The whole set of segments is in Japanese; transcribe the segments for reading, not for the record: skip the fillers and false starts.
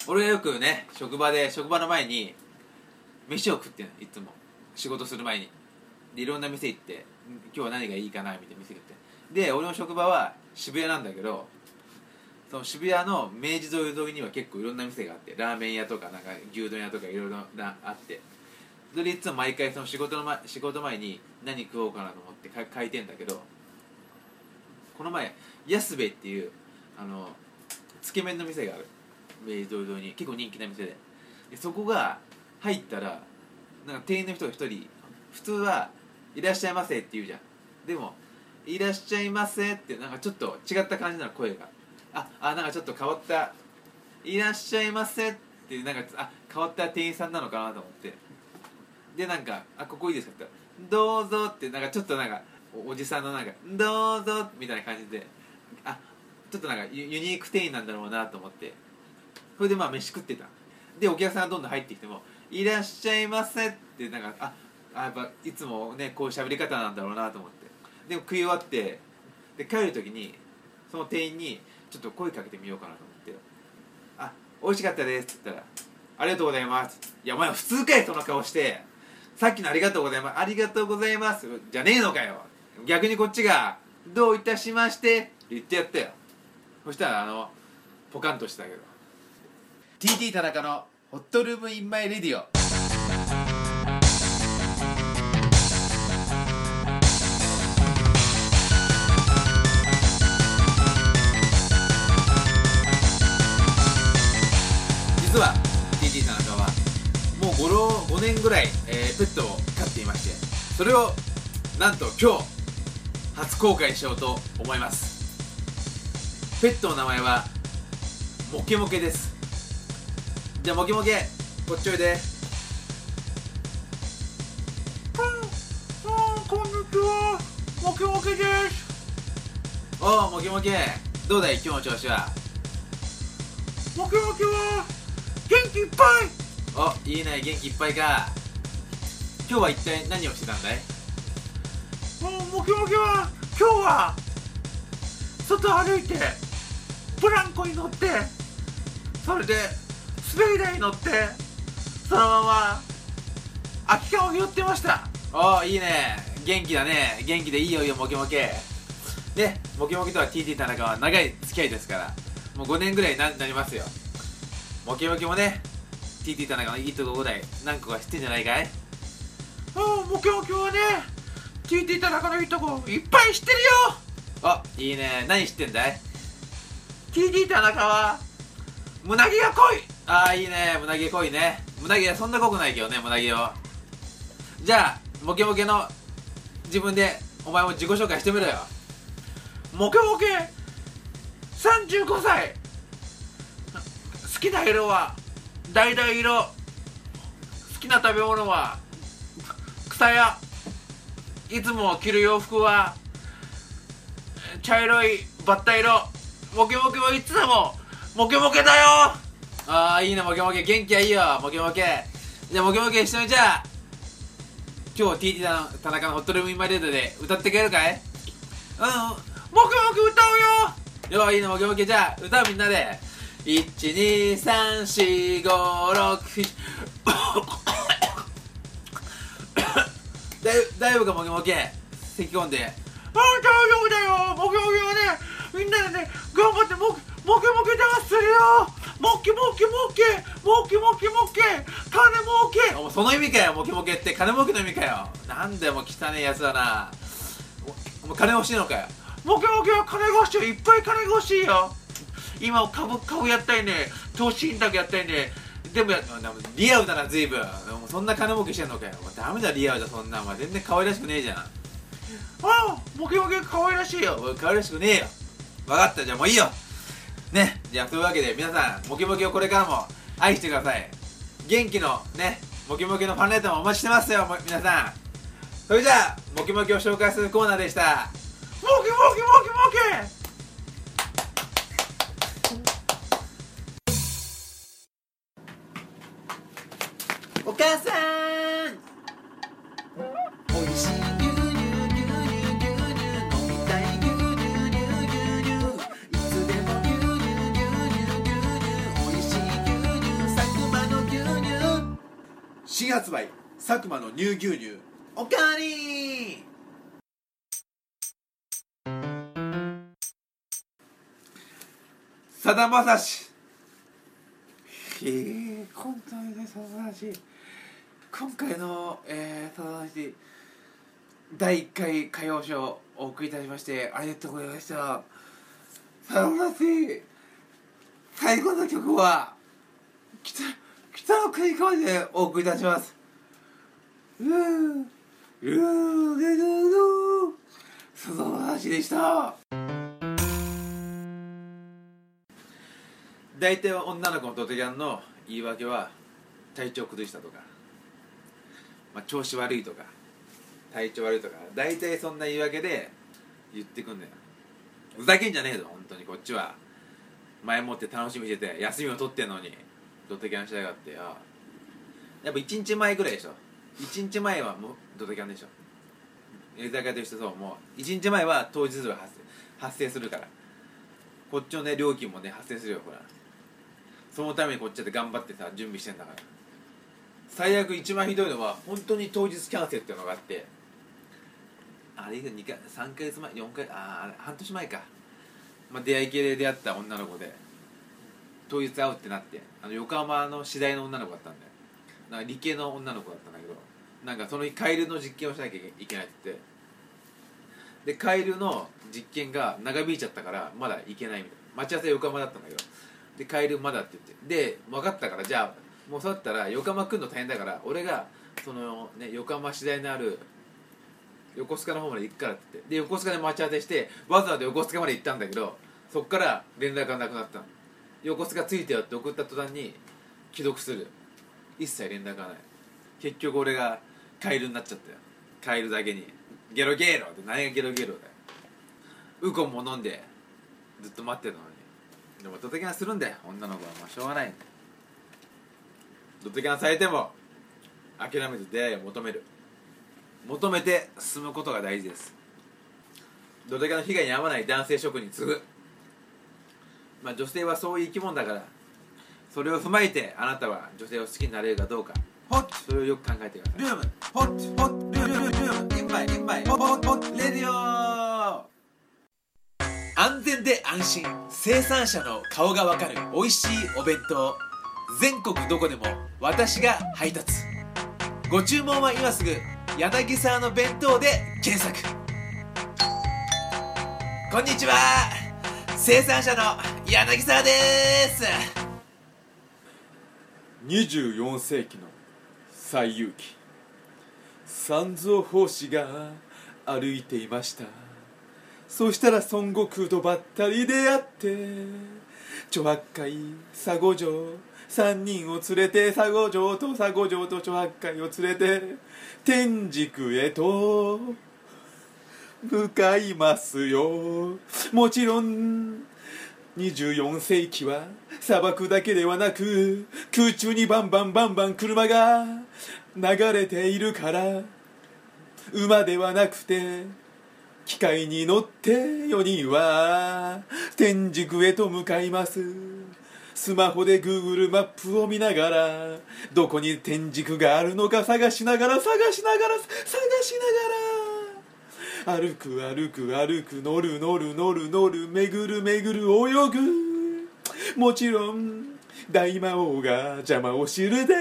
俺はよくね、職場の前に飯を食ってんの、いつも仕事する前に。でいろんな店行って、今日は何がいいかなみたいな店行って、で俺の職場は渋谷なんだけど、その渋谷の明治沿いには結構いろんな店があって、ラーメン屋とかなんか牛丼屋とかいろいろあって、それでいつも毎回その仕事前に何食おうかなと思って書いてんだけど、この前安兵衛っていうつけ麺の店がある、明治通りに結構人気な店で、そこが入ったらなんか店員の人が一人、普通はいらっしゃいませって言うじゃん。でもいらっしゃいませってなんかちょっと違った感じなの、声が。なんかちょっと変わった、いらっしゃいませってなんか変わった店員さんなのかなと思って、でなんかここいいですかって言ったらどうぞって、なんかちょっとなんかおじさんのなんかどうぞみたいな感じで、ちょっとなんかユニーク店員なんだろうなと思って、それで飯食ってた。でお客さんがどんどん入ってきてもいらっしゃいませってなんかやっぱいつもねこういう喋り方なんだろうなと思って、でも食い終わってで帰る時にその店員にちょっと声かけてみようかなと思って「美味しかったです」って言ったら「ありがとうございます」いやお前普通かいその顔して、さっきのありがとうございます、ありがとうございますじゃねえのかよ。逆にこっちがどういたしましてって言ってやったよ。そしたらポカンとしたけど、 TT 田中のホットルームインマイレディオ。実は TT 田中はもう5年ぐらい、ペットを飼っていまして、それをなんと今日初公開しようと思います。ペットの名前はモケモケです。じゃあモケモケこっちおいで。 こんにちは、モケモケです。 おうモケモケ、どうだい今日の調子は。 モケモケは元気いっぱい。 いいね、元気いっぱいか。今日は一体何をしてたんだい。 モケモケは今日は外歩いてブランコに乗って、それで滑り台に乗って、そのまま空き缶を拾ってました。 いいね、元気だね。元気でいいよモケモケで、モケモケとは TT 田中は長い付き合いですから、もう5年ぐらいになりますよ。モケモケもね TT 田中のいいとこぐらい何個か知ってんじゃないかい。 モケモケはね TT 田中のいいとこいっぱい知ってるよ。 いいね、何知ってんだい。 TT 田中は胸毛が濃い。 いいね、胸毛濃いね。胸毛そんな濃くないけどね、胸毛を。じゃあモケモケの自分でお前も自己紹介してみろよ。 モケモケ35歳、好きな色は橙色、好きな食べ物は草屋、いつも着る洋服は茶色いバッタ色。モケモケはいつでもモケモケだよ。 いいねモケモケ、元気はいいよモケモケ。じゃあモケモケ一緒にじゃあ今日 TT 田中のホットルームインマイレディオで歌ってくれるかい。 モケモケ歌うよ。 いいねモケモケ、じゃあ歌うみんなで。1234567大丈夫かモケモケ、咳込んで。 大丈夫だよ。モケモケはね、みんなでね頑張ってモケモケダンスするよ。モケモケモケモケモケモケ金儲け。 その意味かよ、モケモケって金儲けの意味かよ。なんだよもう汚ねえやつだな。お前金欲しいのかよ。 モケモケは金が欲しいよ。いっぱい金が欲しいよ。今株やったりね、投資信託やったりね。でもリアルだな随分。そんな金儲けしてんのかよ。ダメだリアルだそんな。全然可愛らしくねえじゃん。 モケモケ可愛らしいよ。 可愛らしくねえよ。分かった、じゃあもういいよね。じゃあというわけで皆さんモケモケをこれからも愛してください。元気のねモケモケのファンレターもお待ちしてますよ皆さん。それじゃあモケモケを紹介するコーナーでした。 モケモケモケモケ。 お母さん、 おいしい牛乳牛乳牛乳飲みたい牛乳牛乳牛乳いつでも牛乳牛乳牛乳おいしい牛乳牛乳新発売佐久間の乳牛乳おかわり。さだまさし、今回ね、さだまさし、今回のさだまさし第1回歌謡ショーをお送りいたしましてありがとうございました。さだまさし最後の曲は北の国からでお送りいたします。さだまさしでした。大体女の子のドテキャンの言い訳は体調崩したとか、調子悪いとか体調悪いとか、大体そんな言い訳で言ってくんだよ。ふざけんじゃねえぞ本当に。こっちは前もって楽しみにしてて休みを取ってんのにドテキャンしやがってよ。やっぱ1日前ぐらいでしょ。1日前はもうドテキャンでしょ。居酒屋としてそうもう1日前は当日は発生するから、こっちのね料金もね発生するよ。ほらそのためにこっちで頑張ってさ準備してんだから。最悪一番ひどいのは本当に当日キャンセルっていうのがあって、あれ2回3ヶ月前4回あれ半年前か、出会い系で出会った女の子で当日会うってなって、横浜の次第の女の子だったんだよ。なんか理系の女の子だったんだけど、なんかその日カエルの実験をしなきゃいけないって言って、でカエルの実験が長引いちゃったからまだ行けないみたいな。待ち合わせ横浜だったんだけど、でカエルまだって言って、で分かったからじゃあもうそうだったら横浜来るの大変だから俺がそのね横浜市内のある横須賀の方まで行くからって言って、で横須賀で待ち合わせしてわざわざ横須賀まで行ったんだけど、そっから連絡がなくなったの。横須賀着いてよって送った途端に既読する、一切連絡がない。結局俺がカエルになっちゃったよ。カエルだけにゲロゲロって何がゲロゲロだよ。ウコンも飲んでずっと待ってるのに。でもドタキャンするんだよ女の子は。しょうがないんだよ。ドタキャンされても諦めず出会いを求めて進むことが大事です。ドタキャンの被害に遭わない男性諸君に次ぐ、女性はそういう生き物だから、それを踏まえてあなたは女性を好きになれるかどうか、それをよく考えてください。ルームホッホッルームインマイホッホッホッレディオ。安全で安心、生産者の顔がわかる美味しいお弁当、全国どこでも私が配達。ご注文は今すぐ柳沢の弁当で検索。こんにちは、生産者の柳沢です。 24世紀の西遊記、三蔵法師が歩いていました。そしたら孫悟空とばったり出会って、猪八戒、沙悟浄3人を連れて、沙悟浄と猪八戒を連れて天竺へと向かいますよ。もちろん24世紀は砂漠だけではなく空中にバンバン車が流れているから、馬ではなくて機械に乗って4人は天竺へと向かいます。スマホで Google マップを見ながらどこに天竺があるのか探しながら歩く乗る巡る泳ぐ。もちろん大魔王が邪魔を知るで。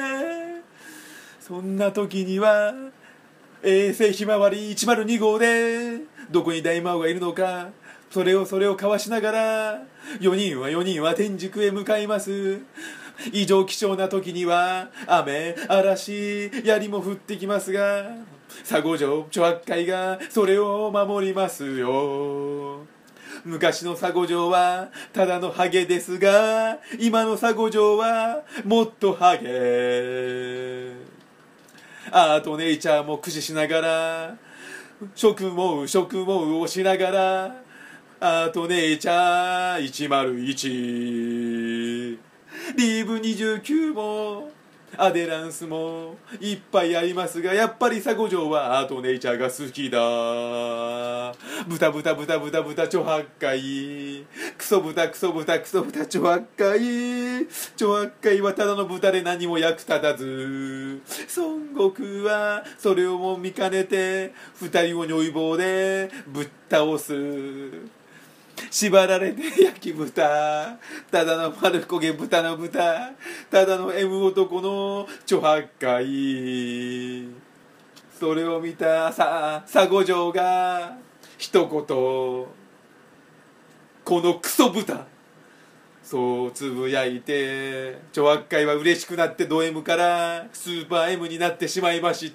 そんな時には衛星ひまわり102号でどこに大魔王がいるのか、それをかわしながら4人は天竺へ向かいます。異常気象な時には雨嵐槍も降ってきますが、沙悟浄猪八戒がそれを守りますよ。昔の沙悟浄はただのハゲですが、今の沙悟浄はもっとハゲ。アートネイチャーも駆使しながら食毛をしながら、アートネイチャー101リーブ29もアデランスもいっぱいありますが、やっぱり佐護城はアートネイチャーが好きだ。豚豚豚豚豚ちょはっかい、クソ豚クソ豚クソ豚ちょはっかい、ちょはっかいはただの豚で何も役立たず。孫悟空はそれをも見かねて二人を如意棒でぶっ倒す。縛られて焼き豚、ただの丸焦げ豚の豚、ただの M 男のちょはっかい。それを見た佐護城が一言、このクソ豚、そうつぶやいて、ちょはっかいは嬉しくなってド M からスーパー M になってしまいました。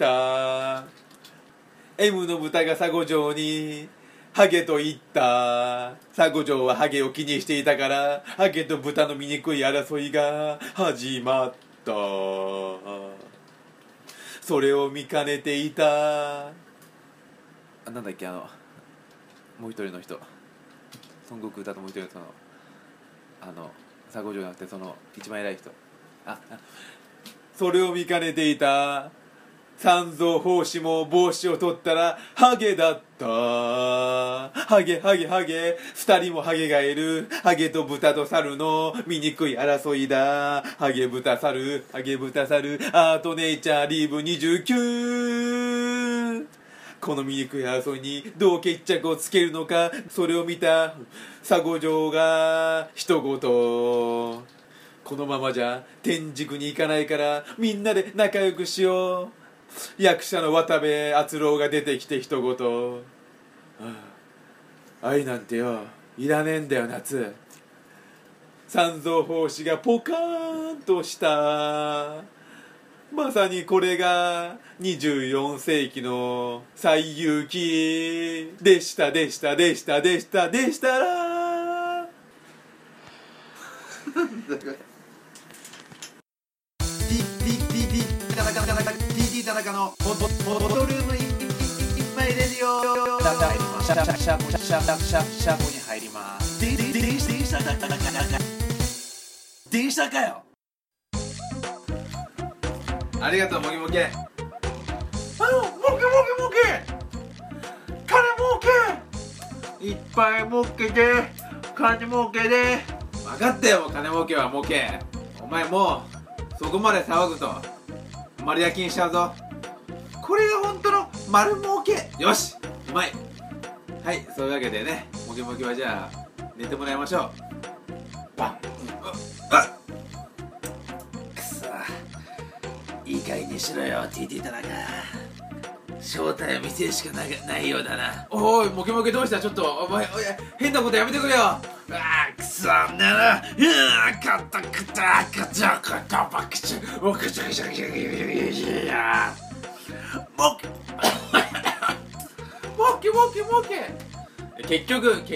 M の豚が佐護城にハゲと言った。佐護城はハゲを気にしていたから、ハゲと豚の醜い争いが始まった。それを見かねていた。なんだっけ、もう一人の人、孫悟空だともう一人の佐護城じゃなくて一番偉い人、それを見かねていた三蔵法師も帽子を取ったらハゲだった。ハゲハゲハゲ、二人もハゲがいる。ハゲと豚と猿の醜い争いだ。ハゲ豚猿、ハゲ豚猿、アートネイチャーリーブ29。この醜い争いにどう決着をつけるのか。それを見た佐護城が一言、このままじゃ天竺に行かないからみんなで仲良くしよう。役者の渡部篤郎が出てきて一言、愛なんてよいらねえんだよ夏。三蔵法師がポカーンとした。まさにこれが24世紀の西遊記でしたでしたでしたでしたでしたらTT 田中のボトルーム一杯レディオ。シャコに入ります。電車かよ。ありがとうモキモキ。モキ金儲けいっぱい儲けて金儲けで。分かったよ、もう金儲けは儲け。お前もうそこまで騒ぐと丸焼きにしちゃうぞ。これが本当の丸儲け。よし、うまい。はい、そういうわけでね、モキモキはじゃあ寝てもらいましょう。くそ、いい加減にしろよ TT 田中。正体を見せるしかないようだな。おいモキモキどうした。ちょっとお前変なことやめてくれよ。くそならカタクタカタカタバクチュオクチュクチュクチュクチュモケ結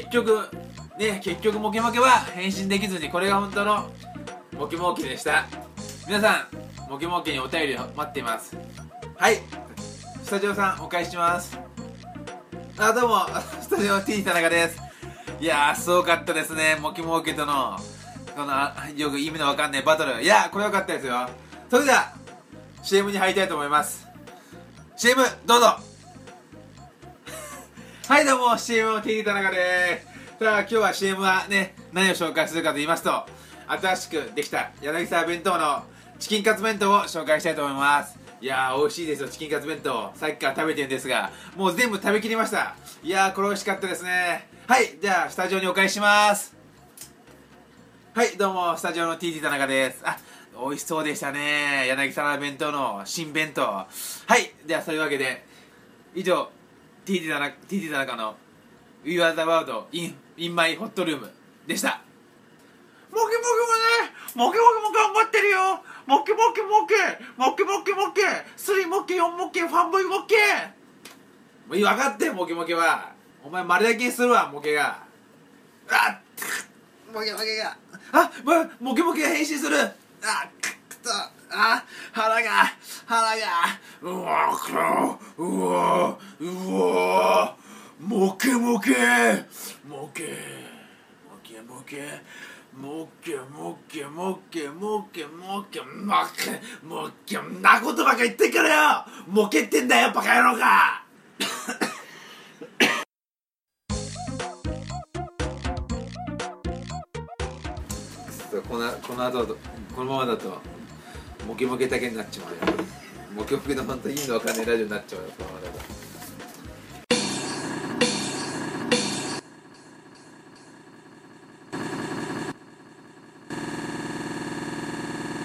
局モケモケは変身できずに、これが本当のモケモケでした。皆さんモケモケにお便りを待っています。はい、スタジオさんお返しします。どうもスタジオ T 田中です。いやーすごかったですね、モケモケとのこのよく意味のわかんないバトル。いやーこれ良かったですよ。それでは CM に入りたいと思います。 CM どうぞ。はいどうも CM の T 田中です。さあ今日は CM はね、何を紹介するかと言いますと、新しくできた柳沢弁当のチキンカツ弁当を紹介したいと思います。いやー美味しいですよ、チキンカツ弁当。さっきから食べてるんですがもう全部食べきりました。いやーこれ美味しかったですね。はい、じゃあスタジオにお返しします。はいどうもスタジオの TT 田中です。美味しそうでしたね、柳沢弁当の新弁当。はい、ではそういうわけで以上 TT 田中の We are the world in my hot room でした。モケモケも頑張ってるよ。モケ3モケ4モケファンボイモケ。もういい、分かってモケモケは。お前丸焼きにするわモケが。モケモケが変身する。腹がうわモケモケもっけもっけもっけもっけもっけもっけもっけんなことばっか言ってっからよ。もけってんだよバカ野郎か。この後このままだとモケモケだけになっちまうよ。モケモケの本当意味のわかんないラジオになっちゃうよこのままだと。